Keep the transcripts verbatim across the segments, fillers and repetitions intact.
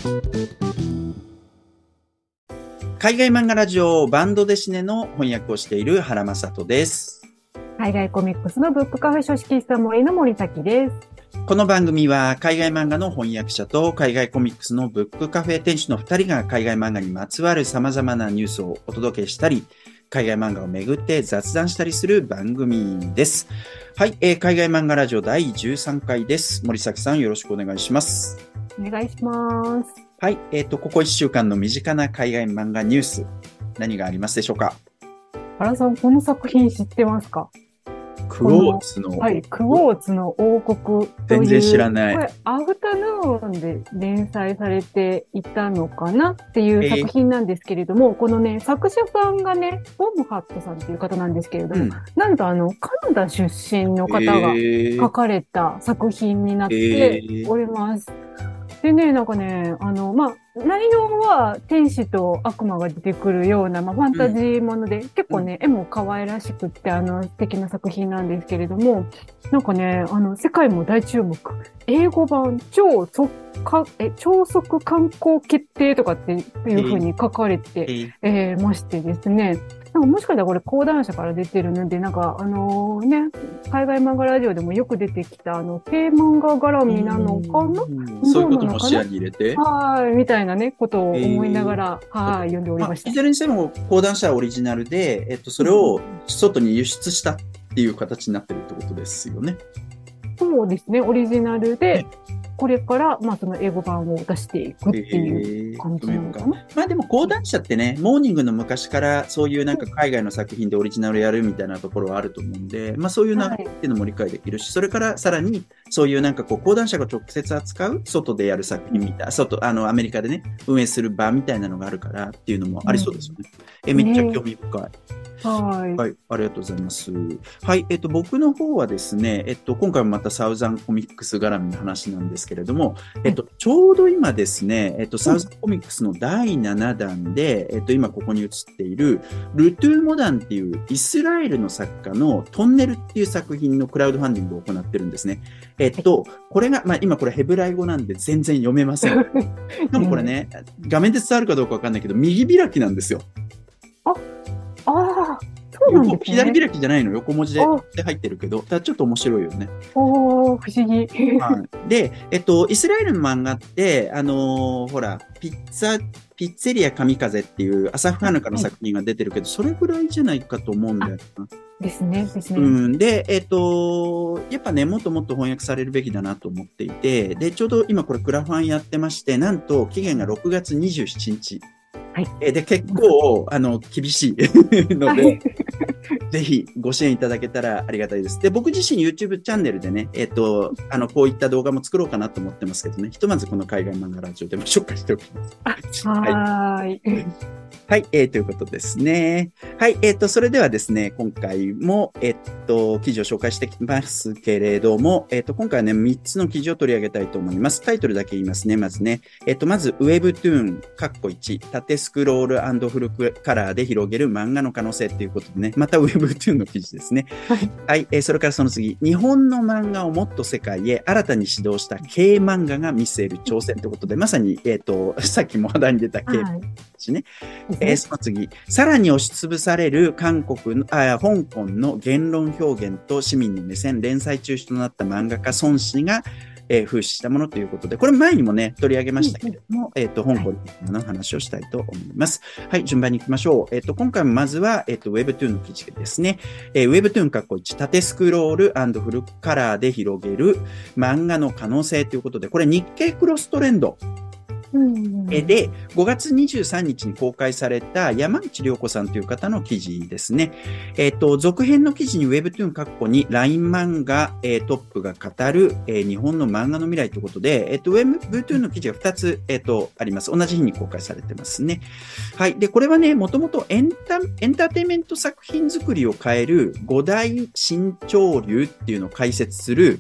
海外漫画ラジオバンドデシネの翻訳をしている原正人です。 海外コミックスのブックカフェ書式室森の森崎です。 この番組は海外漫画の翻訳者と海外コミックスのブックカフェ店主のふたりが海外漫画にまつわる様々なニュースをお届けしたり、海外漫画をめぐって雑談したりする番組です。はい、えー、海外漫画ラジオだいじゅうさんかいです。森崎さんよろしくお願いします。 お願いします。 はい、えっと、ここいっしゅうかんの身近な海外漫画ニュース、何がありますでしょうか？ 原さん、この作品知ってますか？ クォーツの。 はい、クォーツの王国という。 全然知らない。 これ、アフタヌーンで連載されていたのかなっていう作品なんですけれども、えー、このね、作者さんがね、ボムハットさんっていう方なんですけれども、うん、なんとあの、カナダ出身の方が書かれた作品になっております。えーでね、なんかね、あの、まあ、内容は天使と悪魔が出てくるような、まあ、ファンタジーもので、うん、結構ね、絵も可愛らしくって、あの、素敵な作品なんですけれども、なんかね、あの、世界も大注目。英語版超速か、え、超速観光決定とかっていう風に書かれて、えーえー、ましてですね、なんかもしかしたらこれ講談社から出てるので、なんかあのー、ね、海外漫画ラジオでもよく出てきたあの、低漫画絡みなのかな、 そういうことも視野に入れて。 はい、みたいなね、ことを思いながら、えー、はい、読んでおりました。 いずれにせよ講談社オリジナルで、えっと、それを外に輸出したっていう形になってるってことですよね。 そうですね、オリジナルで、これから、まあ、その英語版を出していくっていう感じなのかな。 えー、まあでも講談社ってね、モーニングの昔からそういうなんか海外の作品でオリジナルやるみたいなところはあると思うんで、まあそういう流れっていうのも理解できるし、はい、それからさらにそういうなんかこう講談社が直接扱う外でやる作品みたいな、外、あのアメリカでね、運営する場みたいなのがあるからっていうのもありそうですよね。うん、え、めっちゃ興味深い。ねはい。 はい。ありがとうございます。はい。えっと、僕の方はですね、えっと、今回もまたサウザンコミックス絡みの話なんですけれども、えっと、ちょうど今ですね、えっと、サウザンコミックスのだいななだんで、えっと、今ここに映っている、ルトゥーモダンっていうイスラエルの作家のトンネルっていう作品のクラウドファンディングを行ってるんですね。えっと、これが、まあ、今これヘブライ語なんで全然読めません。でもこれね、画面で伝わるかどうかわかんないけど、右開きなんですよ。 あ、ああ、そうなんですね。 左開きじゃないの、横文字で入ってるけど、ただちょっと面白いよね。 おー、不思議。 はい、で、えっと、イスラエルの漫画って、あのー、ほら、ピッツァ、ピッツェリア神風っていうアサフ・ハヌカの作品が出てるけど、はい、それぐらいじゃないかと思うんだよな。 ですね、ですね。 うん。で、えっと、やっぱね、もっともっと翻訳されるべきだなと思っていて、で、ちょうど今これクラファンやってまして、なんと期限がろくがつにじゅうしちにち。はい。で、結構、あの、厳しいので、はい、ぜひご支援いただけたらありがたいです。で、僕自身 YouTube チャンネルでね、えっと、あの、こういった動画も作ろうかなと思ってますけどね、ひとまずこの海外漫画ラジオでも紹介しておきます。 はーい。 はい、えー、ということですね。はい、えっと、それではですね、今回も、えっと、記事を紹介してきますけれども、えっと、今回はね、みっつの記事を取り上げたいと思います。タイトルだけ言いますね、まずね。えっと、まず、Webtoon、カッコいち、縦スクロール&フルカラーで広げる漫画の可能性ということでね、また Webtoon の記事ですね。はい、はい、えー、それからその次、日本の漫画をもっと世界へ新たに指導した軽漫画が見据える挑戦ということで、まさに、えっと、さっきも話題に出た軽漫画ですね。はいえー、その次、さらに押しつぶされる韓国の、あ、香港の言論表現と市民の目線、連載中止となった漫画家孫氏が、えー、風刺したものということで、これ前にもね、取り上げましたけれども、うんうん、えっと、香港の話をしたいと思います。はい、はい、順番に行きましょう。えっと、今回もまずは、えっと、Webtoon の記事ですね。えー、Webtoon カッコいち、縦スクロール&フルカラーで広げる漫画の可能性ということで、これ日経クロストレンド。で、ごがつにじゅうさんにちに公開された山内涼子さんという方の記事ですね。えっと、続編の記事に Webtoon カッコに ライン 漫画、えー、トップが語る、えー、日本の漫画の未来ということで、えっと、Webtoon の記事がふたつ、えっと、あります。同じ日に公開されてますね。はい。で、これはね、もともとエンタ、エンターテインメント作品作りを変えるごだい新潮流っていうのを解説する、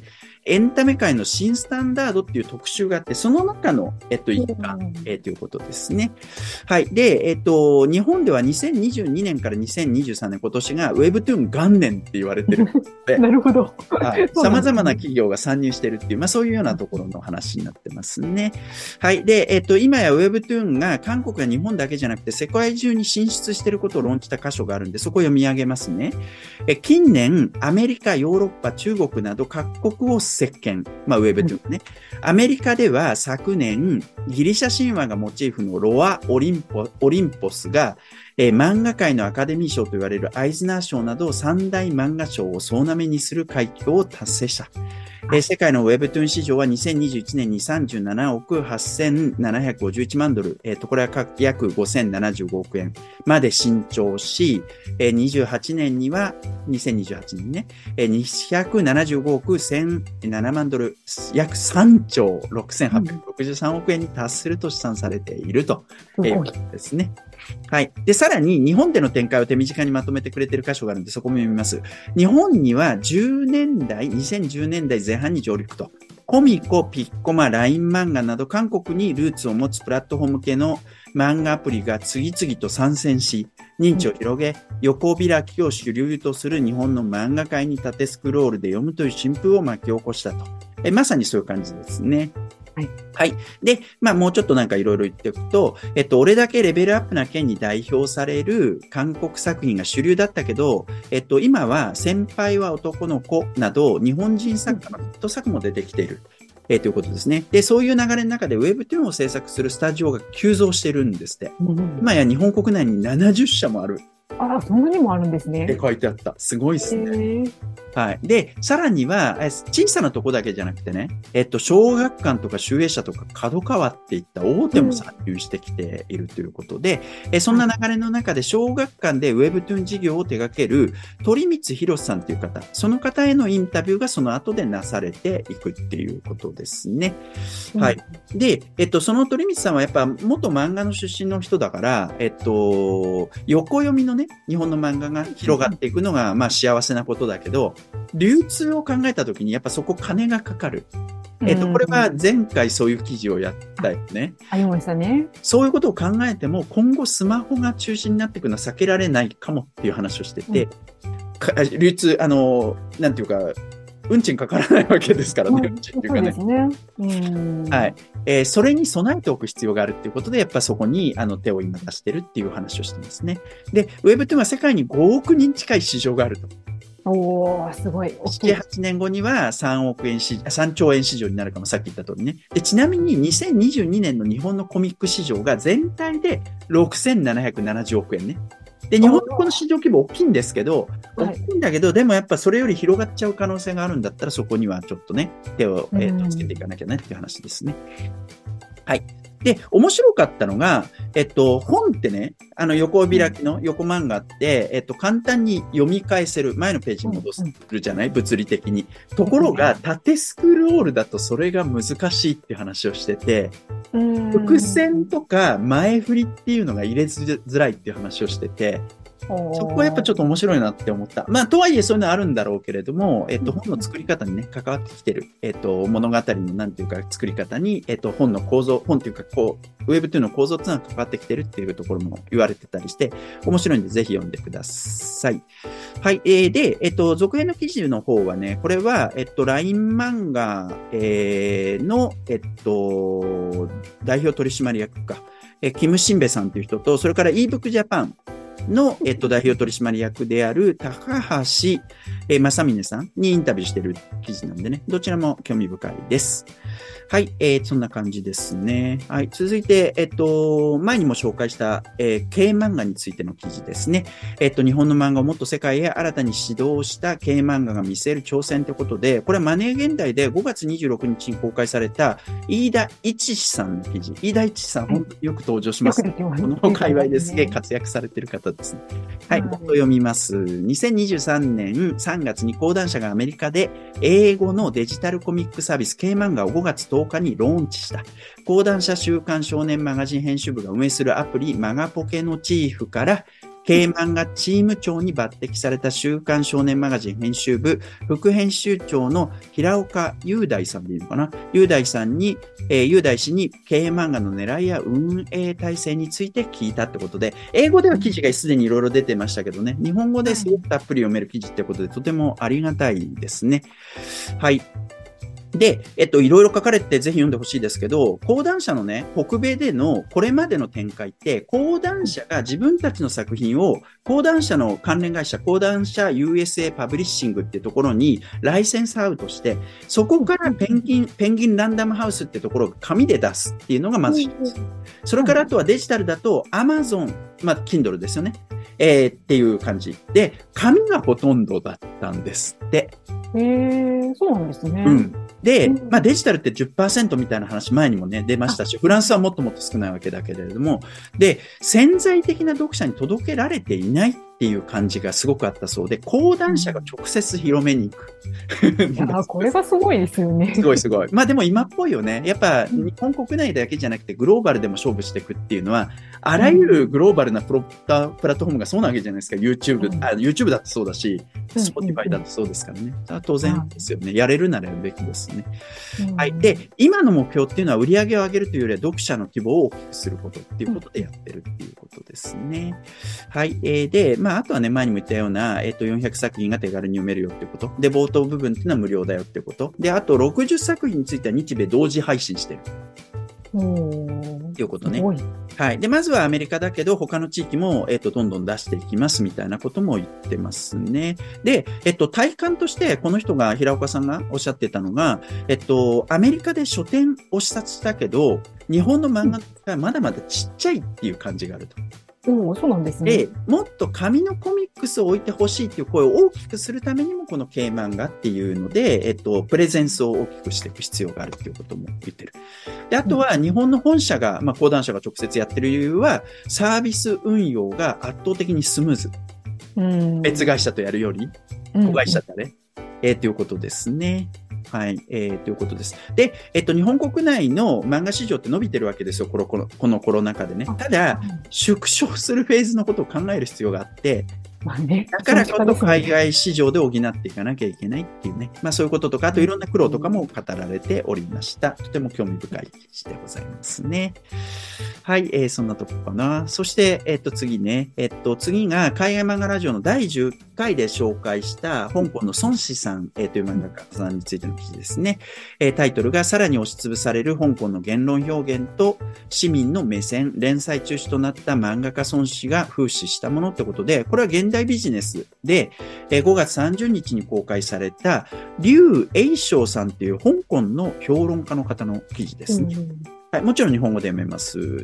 エンタメ界の新スタンダードっていう特集があって、その中の、えっと、一環、えー、ということですね。はい。で、えっと、日本ではにせんにじゅうにねんからにせんにじゅうさんねん、今年が Webtoon 元年って言われてるので、 なるほど。 はい。様々な企業が参入してるっていう、まあそういうようなところの話になってますね。はい。で、えっと、今や Webtoon が韓国や日本だけじゃなくて世界中に進出していることを論じた箇所があるんで、そこを読み上げますね。え近年、アメリカ、ヨーロッパ、中国など各国を席巻。まあ Webtoon ね。アメリカでは昨年、ギリシャ神話がモチーフのロア・オリンポ、オリンポスが、えー、漫画界のアカデミー賞と言われるアイズナー賞など三大漫画賞を総なめにする快挙を達成した。えー、世界の Webtoon 市場はにせんにじゅういちねんにさんじゅうななおくはっせんななひゃくごじゅういちまんドル、えー、とこれは約ごせんななじゅうごおくえんまで伸長し、えー、にじゅうはちねんには、にせんにじゅうはちねんにね、えー、にひゃくななじゅうごおくせんななまんドル、約さんちょうろくせんはっぴゃくろくじゅうさんおくえんに達すると試算されているということですね。はい。で、さらに日本での展開を手短にまとめてくれている箇所があるので、そこも読みます。日本にはじゅうねんだい、にせんじゅうねんだいぜん半に上陸と、コミコ、ピッコマ、ライン 漫画など韓国にルーツを持つプラットフォーム系の漫画アプリが次々と参戦し、認知を広げ、横開きを主流とする日本の漫画界に縦スクロールで読むという新風を巻き起こしたと。えまさにそういう感じですね。はい。はい。で、まあもうちょっとなんかいろいろ言っておくと、えっと、俺だけレベルアップな件に代表される韓国作品が主流だったけど、えっと、今は先輩は男の子など日本人作家のヒット作も出てきている。えー、ということですね。で、そういう流れの中で Webtoon を制作するスタジオが急増してるんですって。うん、今や日本国内にななじゅっしゃもある。 ああ、そんなにもあるんですね。 って書いてあった。すごいですね。はい。で、さらには、小さなとこだけじゃなくてね、えっと、小学館とか集英社とか角川っていった大手も参入してきているということで、うん、そんな流れの中で小学館で Webtoon 事業を手掛ける鳥光博さんという方、その方へのインタビューがその後でなされていくっていうことですね。うん、はい。で、えっと、その鳥光さんはやっぱ元漫画の出身の人だから、えっと、横読みのね、日本の漫画が広がっていくのが、まあ幸せなことだけど、流通を考えたときにやっぱそこ金がかかる。えっと、これは前回そういう記事をやったよね。 ありましたね。 そういうことを考えても、今後スマホが中心になっていくのは避けられないかもっていう話をしてて、うん、流通、あの、なんていうか、運賃かからないわけですからね、運賃っていうかね。 そうですね。うん、 はい。えー、それに備えておく必要があるっていうことで、やっぱそこにあの手を今出してるっていう話をしてますね。で、Webtoon は世界にごおくにん近い市場があると。 おー、すごい。 なな、はちねんごにはさんおくえん市、さんちょうえん市場になるかも、さっき言った通りね。で、ちなみににせんにじゅうにねんの日本のコミック市場が全体でろくせんななひゃくななじゅうおくえんね。で、日本のこの市場規模大きいんですけど、大きいんだけど、でもやっぱそれより広がっちゃう可能性があるんだったら、そこにはちょっとね、手を、えー、つけていかなきゃねっていう話ですね。はい。で、面白かったのが、えっと、本ってね、あの横開きの横漫画って、えっと、簡単に読み返せる。前のページに戻せるじゃない？物理的に。ところが、縦スクロールだとそれが難しいっていう話をしてて、伏線とか前振りっていうのが入れづらいっていう話をしてて、そこはやっぱちょっと面白いなって思った。まあ、とはいえそういうのあるんだろうけれども、えっと、本の作り方にね、関わってきてる、えっと、物語のなんていうか作り方に、えっと、本の構造、本っていうか、こう、ウェブというの構造っていうのが関わってきてるっていうところも言われてたりして、面白いんでぜひ読んでください。はい。えー、で、えっと、続編の記事の方はね、これは、えっと、ライン 漫画、えー、の、えっと、代表取締役か、えキム・シンベさんという人と、それから ebook Japan、の、えっと、代表取締役である高橋、えー、正峰さんにインタビューしている記事なんでね、どちらも興味深いです。はい、えー、そんな感じですね。はい、続いて、えっと、前にも紹介した、えー、K 漫画についての記事ですね。えっと、日本の漫画をもっと世界へ新たに指導した K 漫画が見せる挑戦ということで、これはマネー現代でごがつにじゅうろくにちに公開された飯田一志さんの記事。飯田一志さん、本当によく登場します。この界隈ですげえ活躍されている方ですね。はい、もっと読みます。にせんにじゅうさんねんさんがつに講談社がアメリカで英語のデジタルコミックサービス K 漫画をごがつとおかにローンチした。講談社週刊少年マガジン編集部が運営するアプリマガポケのチーフから K 漫画チーム長に抜擢された週刊少年マガジン編集部副編集長の平岡雄大さんでいいのかな、雄大さんに、えー、雄大氏に K 漫画の狙いや運営体制について聞いたってことで、英語では記事がすでにいろいろ出てましたけどね、日本語ですごくたっぷり読める記事ってことでとてもありがたいですね。はい。で、えっと、いろいろ書かれてぜひ読んでほしいですけど、講談社のね、北米でのこれまでの展開って、講談社が自分たちの作品を、講談社の関連会社、講談社 ユーエスエー パブリッシングっていうところにライセンスアウトして、そこからペンギン、ペンギンランダムハウスっていうところを紙で出すっていうのがまず一つ。それからあとはデジタルだと Amazon、まあ、Kindle ですよね。えー、っていう感じで、紙がほとんどだったんですって。 へえ、そうなんですね。 うん。で、まあデジタルって じゅっパーセント みたいな話前にもね、出ましたし、フランスはもっともっと少ないわけだけれども、で、潜在的な読者に届けられていないっていう感じがすごくあったそうで、講談社が直接広めに行く。 いや、これがすごいですよね。 すごいすごい。まあでも今っぽいよね。やっぱ日本国内だけじゃなくてグローバルでも勝負していくっていうのは、あらゆるグローバルなプロタプラットフォームがそうなわけじゃないですか。YouTube、うん、あ YouTube だってそうだし、Spotify だってそうですからね。当然ですよね。やれるならやるべきですね。うん、はい。で、今の目標っていうのは売り上げを上げるというよりは読者の規模を大きくすることっていうことでやってるっていうことですね。はい。えー、で、まああとはね、前にも言ったような、えっと、よんひゃくさく品が手軽に読めるよっていうこと。で、冒頭部分っていうのは無料だよっていうこと。で、あとろくじゅっさく品については日米同時配信してる。っていうことね。はい。で、まずはアメリカだけど、他の地域も、えっと、どんどん出していきますみたいなことも言ってますね。で、えっと、体感として、この人が、平岡さんがおっしゃってたのが、えっと、アメリカで書店を視察したけど、日本の漫画がまだまだちっちゃいっていう感じがあると。 うん、そうなんですね。 で、もっと紙のコミックスを置いてほしいっていう声を大きくするためにも、この K 漫画っていうので、えっと、プレゼンスを大きくしていく必要があるっていうことも言ってる。で、あとは日本の本社が、まあ、講談社が直接やってる理由は、サービス運用が圧倒的にスムーズ。うん、別会社とやるより、子会社だね。うん、えー、ということですね。はい、えー、ということです。で、えっと、日本国内の漫画市場って伸びてるわけですよ、この、この、このコロナ禍でね。ただ、縮小するフェーズのことを考える必要があって、まあね、だからこそ海外市場で補っていかなきゃいけないっていうね。まあそういうこととか、あといろんな苦労とかも語られておりました。とても興味深い記事でございますね。はい、えー、そんなとこかな。そして、えっと次ね、えっと次が海外漫画ラジオのだいじゅっかいで紹介した香港の孫子さん、えー、という漫画家さんについての記事ですね。えー、タイトルがさらに押しつぶされる香港の言論表現と市民の目線、連載中止となった漫画家孫子が風刺したものってことで、これは現代ビジネスで、えー、ごがつさんじゅうにちに公開された劉栄翔さんっていう香港の評論家の方の記事ですね。うん、はい、もちろん日本語で読めます。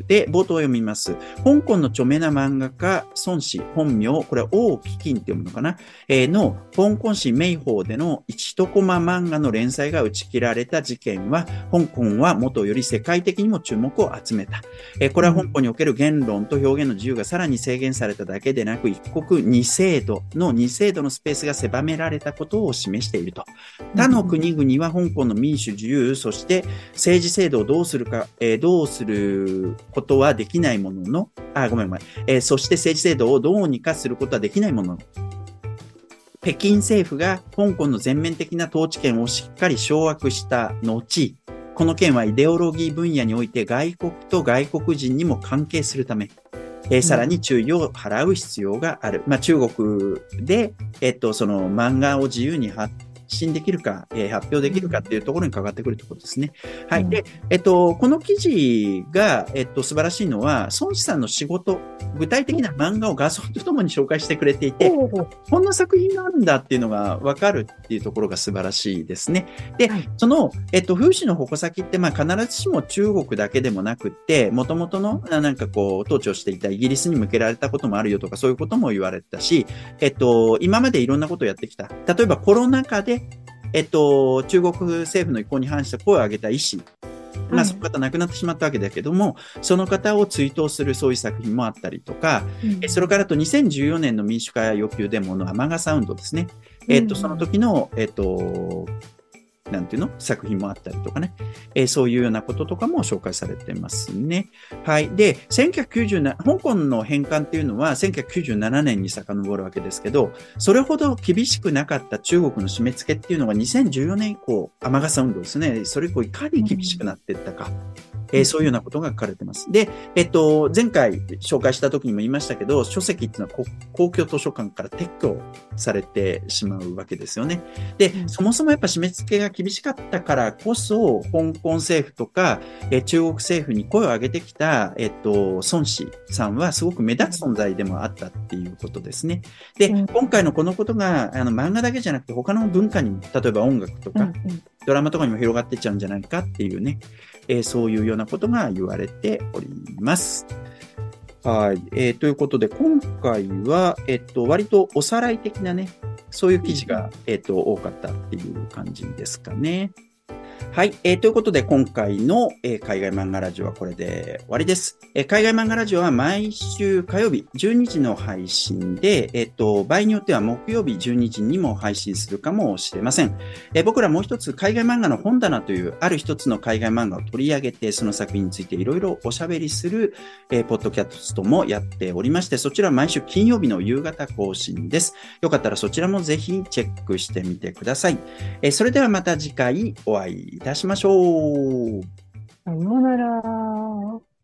で、冒頭読みます。香港の著名な漫画家、孫子、本名、これは王貴金って読むのかな、えー、の、香港市明宝での一コマ漫画の連載が打ち切られた事件は、香港は元より世界的にも注目を集めた。えー、これは香港における言論と表現の自由がさらに制限されただけでなく、一国二制度の二制度のスペースが狭められたことを示していると。他の国々は香港の民主自由、そして政治制度をどうするか、えー、どうすることはできないものの、あ、ごめんごめん。えー、そして政治制度をどうにかすることはできないものの、北京政府が香港の全面的な統治権をしっかり掌握した後、この件はイデオロギー分野において外国と外国人にも関係するため、えー、さらに注意を払う必要がある。まあ、中国で、えっと、その漫画を自由に発信できるか、えー、発表できるかっていうところにかかってくるということですね。はい。で、えっと、この記事が、えっと、素晴らしいのは、孫子さんの仕事、具体的な漫画を画像とともに紹介してくれていて、こんな作品があるんだっていうのがわかるっていうところが素晴らしいですね。で、はい、その、えっと、風刺の矛先って、まあ、必ずしも中国だけでもなくって、元々の、なんかこう、統治をしていたイギリスに向けられたこともあるよとか、そういうことも言われたし、えっと、今までいろんなことをやってきた。例えばコロナ禍で、えっと、中国政府の意向に反して声を上げた医師。まあ、その方亡くなってしまったわけだけども、その方を追悼するそういう作品もあったりとか、うん、それからとにせんじゅうよねんの民主化要求デモの雨がサウンドですね。えっと、その時の、えっと、 なんていうの作品もあったりとかね、えー、そういうようなこととかも紹介されてますね。はい。で、せんきゅうひゃくきゅうじゅうなな、香港の返還っていうのはせんきゅうひゃくきゅうじゅうななねんに遡るわけですけど、それほど厳しくなかった中国の締め付けっていうのがにせんじゅうよねん以降、雨傘運動ですね。それ以降いかに厳しくなっていったか。うんえー、そういうようなことが書かれてます。で、えっと、前回紹介した時にも言いましたけど、書籍っていうのは公共図書館から撤去されてしまうわけですよね。で、そもそもやっぱ締め付けが厳しかったからこそ、香港政府とか、えー、中国政府に声を上げてきた、えっと、孫子さんはすごく目立つ存在でもあったっていうことですね。で、今回のこのことが、あの、漫画だけじゃなくて他の文化にも、例えば音楽とか、ドラマとかにも広がっていっちゃうんじゃないかっていうね、えー、そういうようなことが言われております。はい。えー、ということで、今回は、えっと、割とおさらい的なね、そういう記事が、えっと、多かったっていう感じですかね。はい、えー。ということで、今回の、えー、海外漫画ラジオはこれで終わりです。えー、海外漫画ラジオは毎週火曜日じゅうにじの配信で、えっと、場合によっては木曜日じゅうにじにも配信するかもしれません。えー、僕らもう一つ海外漫画の本棚というある一つの海外漫画を取り上げて、その作品についていろいろおしゃべりする、えー、ポッドキャストもやっておりまして、そちらは毎週金曜日の夕方更新です。よかったらそちらもぜひチェックしてみてください。えー、それではまた次回お会いいたしましょう。 さようなら。